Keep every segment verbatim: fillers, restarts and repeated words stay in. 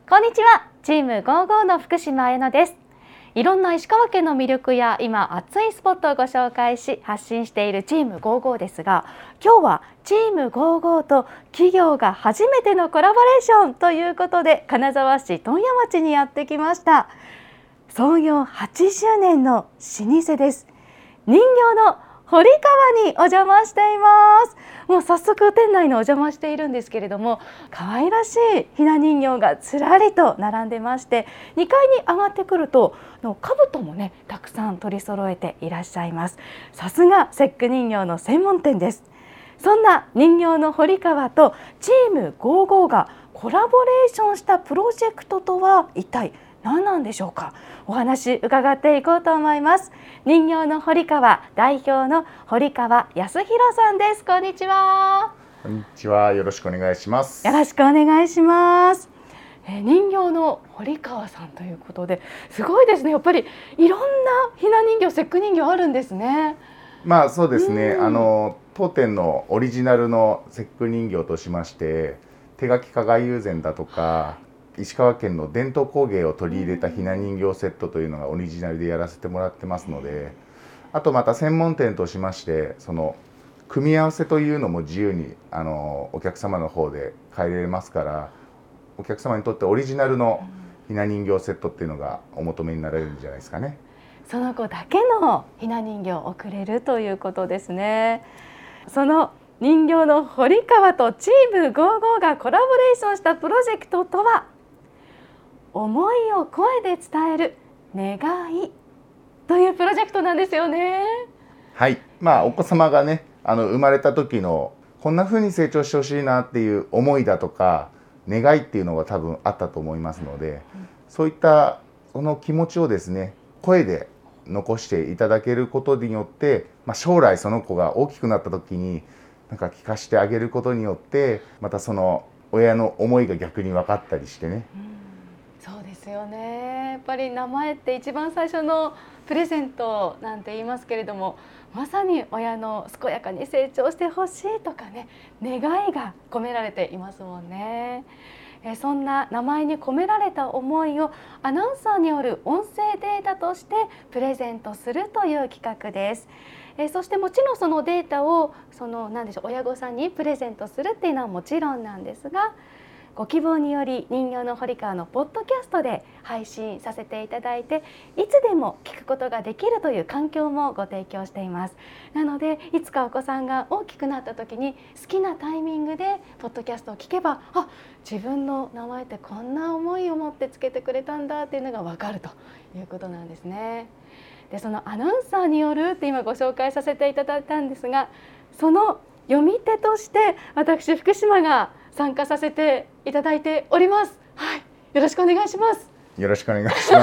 こんにちは。チームゴーゴーの福島彩乃です。いろんな石川県の魅力や今熱いスポットをご紹介し発信しているチームゴーゴーですが、今日はチームゴーゴーと企業が初めてのコラボレーションということで金沢市問屋町にやってきました。創業はちじゅうねんの老舗です。人形の堀川にお邪魔しています。もう早速店内のお邪魔しているんですけれども、可愛らしいひな人形がずらりと並んでまして、にかいに上がってくると兜もねたくさん取り揃えていらっしゃいます。さすが節句人形の専門店です。そんな人形の堀川とチームゴーゴーがコラボレーションしたプロジェクトとは一体何なんでしょうか。お話伺っていこうと思います。人形の堀川代表の堀川康弘さんです。こんにちは。 こんにちは。よろしくお願いします。 よろしくお願いします。え人形の堀川さんということで、すごいですね。やっぱりいろんなひな人形、節句人形あるんですね。 まあそうですね。あの当店のオリジナルの節句人形としまして、手書き加賀友禅だとか。石川県の伝統工芸を取り入れたひな人形セットというのがオリジナルでやらせてもらってますので、あとまた専門店としましてその組み合わせというのも自由にあのお客様の方で変えれますから、お客様にとってオリジナルのひな人形セットっていうのがお求めになれるんじゃないですかね。 その子だけのひな人形を送れるということですね。その人形の堀川とチームゴーゴーがコラボレーションしたプロジェクトとは、思いを声で伝える願いというプロジェクトなんですよね。 はい、まあお子様がねあの生まれた時のこんな風に成長してほしいなっていう思いだとか願いっていうのが多分あったと思いますので、うん、そういったその気持ちをですね声で残していただけることによって、まあ、将来その子が大きくなった時になんか聞かせてあげることによってまたその親の思いが逆に分かったりしてね、うんそうですよね。やっぱり名前って一番最初のプレゼントなんて言いますけれども、まさに親の健やかに成長してほしいとかね、願いが込められていますもんね。えそんな名前に込められた思いをアナウンサーによる音声データとしてプレゼントするという企画です。えそしてもちろんそのデータをその何でしょう親御さんにプレゼントするっていうのはもちろんなんですが、ご希望により人形の堀川のポッドキャストで配信させていただいて、いつでも聞くことができるという環境もご提供しています。なのでいつかお子さんが大きくなった時に好きなタイミングでポッドキャストを聞けば、あ、自分の名前ってこんな思いを持ってつけてくれたんだっていうのが分かるということなんですね。でそのアナウンサーによるって今ご紹介させていただいたんですが、その読み手として私福島が参加させていただいております。はい、よろしくお願いします。 よろしくお願いします。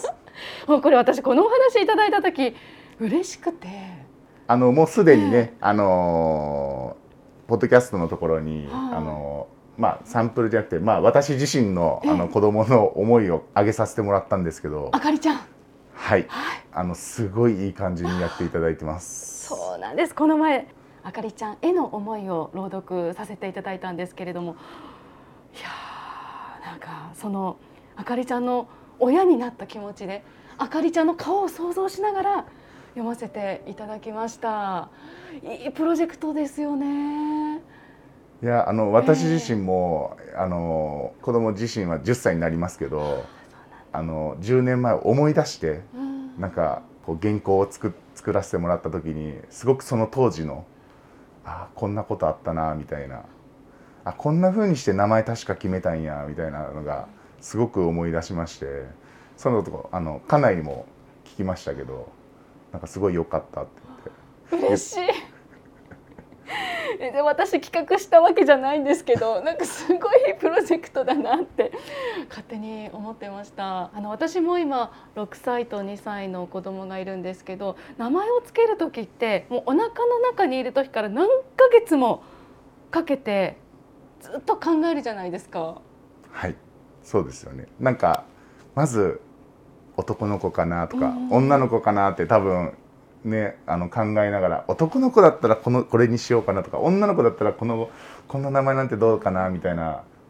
もうこれ私このお話いただいた時嬉しくて、 あのもうすでにね、えー、あのポッドキャストのところに、はあ、あのまあサンプルじゃなくて、まあ私自身のあの子供の思いを上げさせてもらったんですけど、 あかりちゃん、 はい、はい、あのすごいいい感じにやっていただいてます。 そうなんです。この前あかりちゃんへの思いを朗読させていただいたんですけれども、いやーなんかそのあかりちゃんの親になった気持ちであかりちゃんの顔を想像しながら読ませていただきました。いいプロジェクトですよね。 いやあの私自身も、えー、あの子供自身はじゅっさいになりますけど、あのじゅうねんまえ思い出して、うん、なんかこう原稿を作作らせてもらった時にすごくその当時のあこんなことあったなみたいな、あこんな風にして名前確か決めたんやみたいなのがすごく思い出しまして、そのとこあの家内にも聞きましたけど、なんかすごい良かったって言って。嬉しい。で私企画したわけじゃないんですけど、なんかすごいプロジェクトだなって勝手に思ってました。あの私も今ろくさいとにさいの子供がいるんですけど、名前をつける時ってもうお腹の中にいる時から何ヶ月もかけてずっと考えるじゃないですか。 はい、そうですよね。なんかまず男の子かなとか、うん、女の子かなって多分ね、あの考えながら、男の子だったらこのこれにしようかなとか、女の子だったらこのこんな名前なんてどうかなみたいな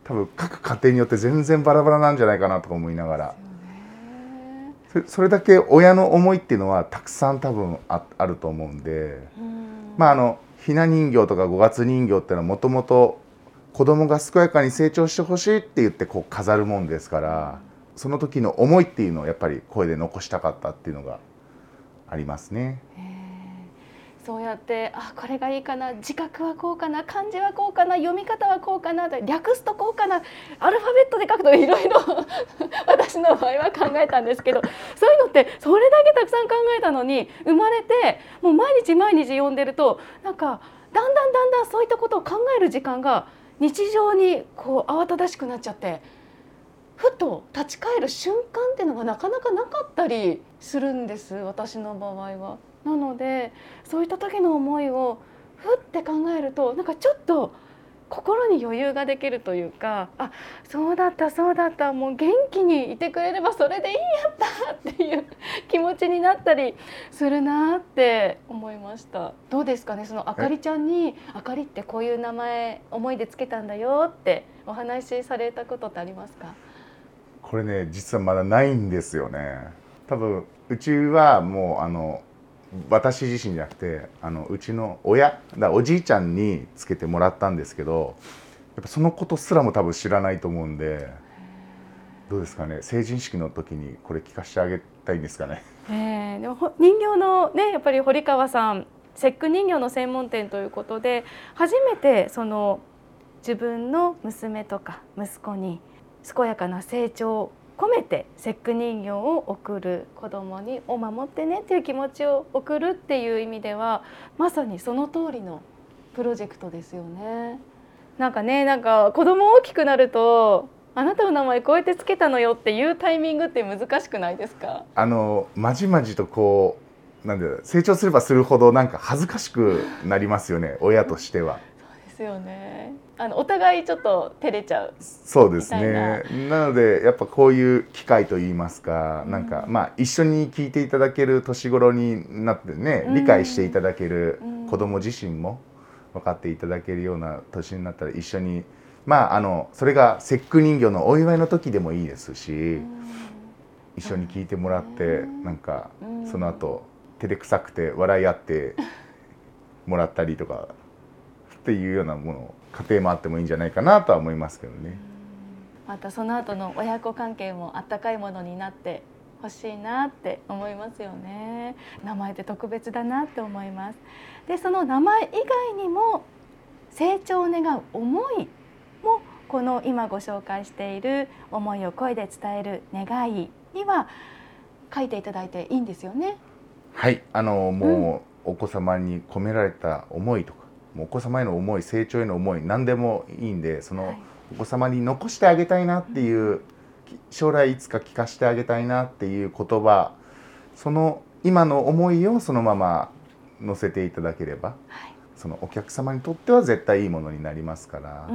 多分各家庭によって全然バラバラなんじゃないかなとか思いながら、それ、それだけ親の思いっていうのはたくさん多分 あ, あると思うんで、うんまああのひな人形とか五月人形っていうのはもともと子供が健やかに成長してほしいって言ってこう飾るもんですから、その時の思いっていうのをやっぱり声で残したかったっていうのがありますね。 そうやってあこれがいいかな、字書はこうかな、漢字はこうかな、読み方はこうかな、略すとこうかな、アルファベットで書くといろいろ私の場合は考えたんですけど、そういうのってそれだけたくさん考えたのに、生まれてもう毎日毎日読んでるとなんかだんだんだんだんそういったことを考える時間が日常にこう慌ただしくなっちゃって、ふと立ち返る瞬間っていうのがなかなかなかったりするんです、私の場合は。なのでそういった時の思いをふって考えると、なんかちょっと心に余裕ができるというか、あそうだったそうだった、もう元気にいてくれればそれでいいんやったっていう気持ちになったりするなって思いました。どうですかね、そのあかりちゃんにあかりってこういう名前思いでつけたんだよってお話しされたことってありますか？ これね実はまだないんですよね。多分うちはもうあの私自身じゃなくてあのうちの親だおじいちゃんにつけてもらったんですけど、やっぱそのことすらも多分知らないと思うんで、どうですかね、成人式の時にこれ聞かせてあげたいんですかね。 えー、でも人形のねやっぱり堀川さん節句人形の専門店ということで、初めてその自分の娘とか息子に健やかな成長を込めて節句人形を贈る、子供にを守ってねっていう気持ちを贈るっていう意味ではまさにその通りのプロジェクトですよね。なんかね、なんか子供大きくなるとあなたの名前こうやってつけたのよっていうタイミングって難しくないですか？ あのまじまじとこうなんで成長すればするほどなんか恥ずかしくなりますよね親としては。 そうですよね。あのお互いちょっと照れちゃう。 そうですね。なのでやっぱこういう機会といいますか、うん、なんかまあ一緒に聞いていただける年頃になってね、理解していただける子供自身も分かっていただけるような年になったら一緒に、まああのそれが節句人形のお祝いの時でもいいですし、うん、一緒に聞いてもらって、なんかその後照れくさくて笑い合ってもらったりとかっていうようなものを家庭もあってもいいんじゃないかなとは思いますけどね。 またその後の親子関係もあったかいものになってほしいなって思いますよね。名前って特別だなって思います。でその名前以外にも成長を願う思いもこの今ご紹介している思いを声で伝える願いには書いていただいていいんですよね。 はい、あのもうお子様に込められた思いとか、もうお子様への思い、成長への思い、何でもいいんで、そのお子様に残してあげたいなっていう、はい、将来いつか聞かせてあげたいなっていう言葉、その今の思いをそのまま載せていただければ、はい、そのお客様にとっては絶対いいものになりますから、うん、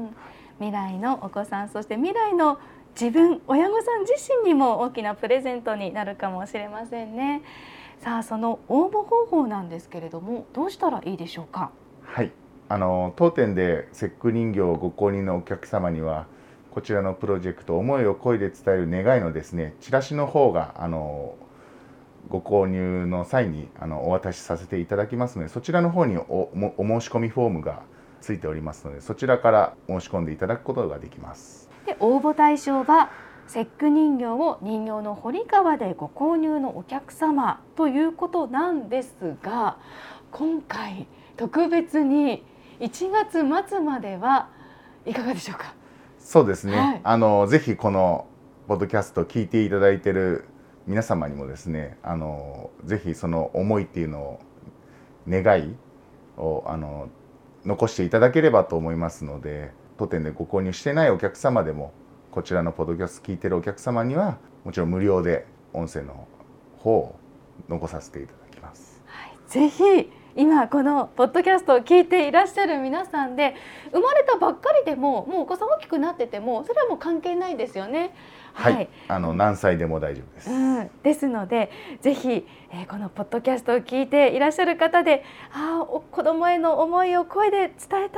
未来のお子さん、そして未来の自分、親御さん自身にも大きなプレゼントになるかもしれませんね。さあその応募方法なんですけれども、どうしたらいいでしょうか？ はい、あの当店で節句人形をご購入のお客様にはこちらのプロジェクト思いを声で伝える願いのですね、チラシの方があのご購入の際にあのお渡しさせていただきますので、そちらの方に お, お申し込みフォームがついておりますので、そちらから申し込んでいただくことができます。 で応募対象は節句人形を人形の堀川でご購入のお客様ということなんですが、今回特別にいちがつまつまではいかがでしょうか？ そうですね、はい、あのぜひこのポッドキャストを聞いていただいている皆様にもですね、あのぜひその思いっていうのを願いをあの残していただければと思いますので、当店でご購入してないお客様でもこちらのポッドキャスト聞いているお客様にはもちろん無料で音声の方を残させていただきます。 はい、ぜひ今このポッドキャストを聞いていらっしゃる皆さんで生まれたばっかりでももうお子さん大きくなっててもそれはもう関係ないですよね。 はい、はい、あの何歳でも大丈夫です、 うん、ですのでぜひ、えー、このポッドキャストを聞いていらっしゃる方で、あー子供への思いを声で伝えたい、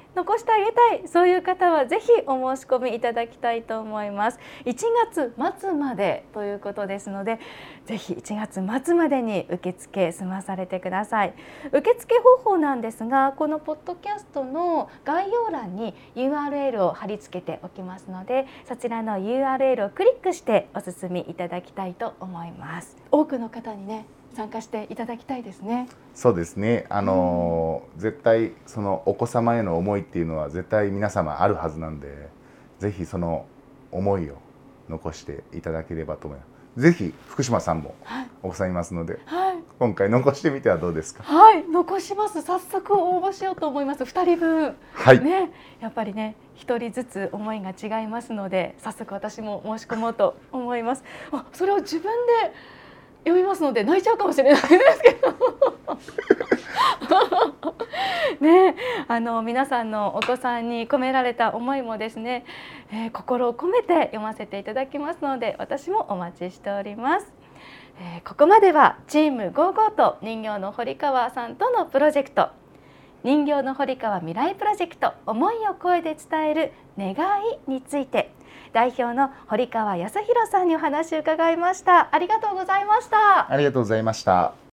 残してあげたい、そういう方はぜひお申し込みいただきたいと思います。いちがつまつまでということですので、ぜひいちがつまつまでに受付済まされてください。受付方法なんですが、このポッドキャストの概要欄に ユーアールエル を貼り付けておきますので、そちらの ユーアールエル をクリックしてお進みいただきたいと思います。多くの方にね、参加していただきたいですね。 そうですね。あの、うん、絶対そのお子様への思いっていうのは絶対皆様あるはずなんで、ぜひその思いを残していただければと思います。ぜひ福島さんもお子さんいますので、はい、今回残してみてはどうですか。 はい、残します。早速応募しようと思います。ふたりぶん、 はい、 ね、やっぱりね、ひとりずつ思いが違いますので、早速私も申し込もうと思います。あ、それを自分で読みますので泣いちゃうかもしれないですけどね、あの皆さんのお子さんに込められた思いもですね、えー、心を込めて読ませていただきますので、私もお待ちしております。えー、ここまではチームゴーゴーと人形の堀川さんとのプロジェクト、人形の堀川未来プロジェクト、思いを声で伝える願いについて、代表の堀川康弘さんにお話を伺いました。ありがとうございました。 ありがとうございました。